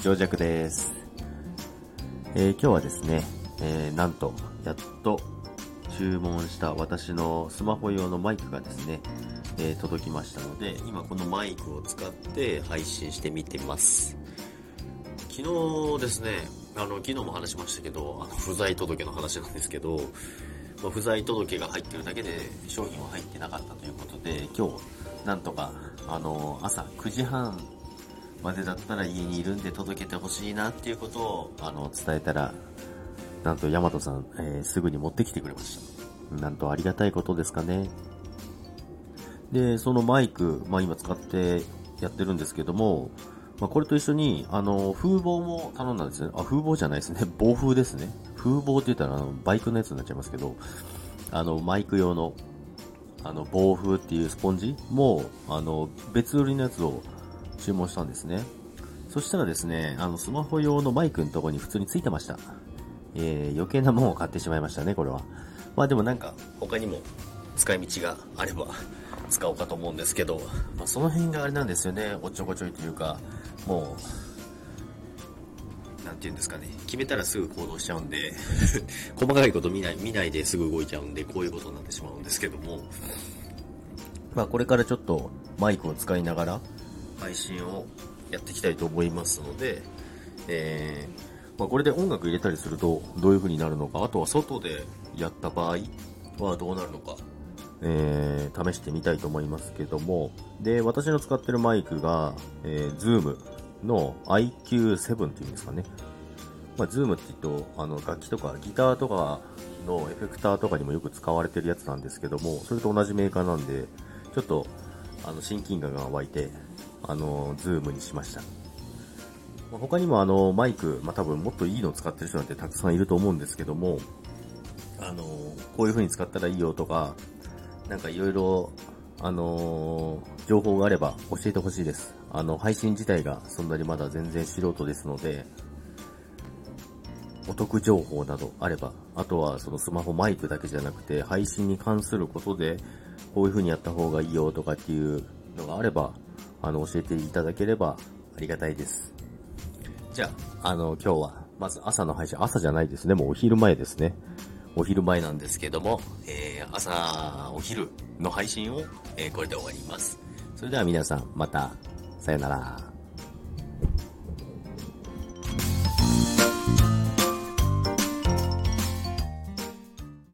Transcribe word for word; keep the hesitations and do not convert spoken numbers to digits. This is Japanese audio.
長尺です。えー、今日はですね、えー、なんとやっと注文した私のスマホ用のマイクがですね、えー、届きましたので、今このマイクを使って配信してみてます。昨日ですね、あの昨日も話しましたけど、あの不在届の話なんですけど、まあ、不在届が入ってるだけで商品は入ってなかったということで、今日なんとかあの朝くじはんまでだったら家にいるんで届けてほしいなっていうことをあの伝えたら、なんとヤマトさん、えー、すぐに持ってきてくれました。なんとありがたいことですかね。で、そのマイク、まあ今使ってやってるんですけども、まあこれと一緒に、あの、風防も頼んだんですね。あ、風防じゃないですね。防風ですね。風防って言ったらあのバイクのやつになっちゃいますけど、あの、マイク用の、あの、防風っていうスポンジも、あの、別売りのやつを注文したんですね。そしたらですね、あの、スマホ用のマイクのところに普通についてました。えー、余計なものを買ってしまいましたね、これは。まあでもなんか、他にも使い道があれば使おうかと思うんですけど、まあその辺があれなんですよね、おっちょこちょいというか、もう、なんていうんですかね、決めたらすぐ行動しちゃうんで、細かいこと見ない、見ないですぐ動いちゃうんで、こういうことになってしまうんですけども、まあこれからちょっとマイクを使いながら配信をやっていきたいと思いますので、えーまあ、これで音楽入れたりするとどういう風になるのか、あとは外でやった場合はどうなるのか、えー、試してみたいと思いますけども、で、私の使ってるマイクが、えー、Zoom の アイキューセブン っていうんですかね。まあ、Zoom って言うと、あの、楽器とかギターとかのエフェクターとかにもよく使われてるやつなんですけども、それと同じメーカーなんで、ちょっと、あの、親近感が湧いて、あの、Zoom にしました。他にもあのマイク、まあ、多分もっといいのを使ってる人なんてたくさんいると思うんですけども、あのこういう風に使ったらいいよとか、なんかいろいろあの情報があれば教えてほしいです。あの配信自体がそんなにまだ全然素人ですので、お得情報などあれば、あとはそのスマホマイクだけじゃなくて配信に関することでこういう風にやった方がいいよとかっていうのがあれば、あの教えていただければありがたいです。じゃあ、あの、今日は、まず朝の配信、朝じゃないですね、もうお昼前ですね。お昼前なんですけども、えー、朝、お昼の配信を、えー、これで終わります。それでは皆さん、また、さよなら。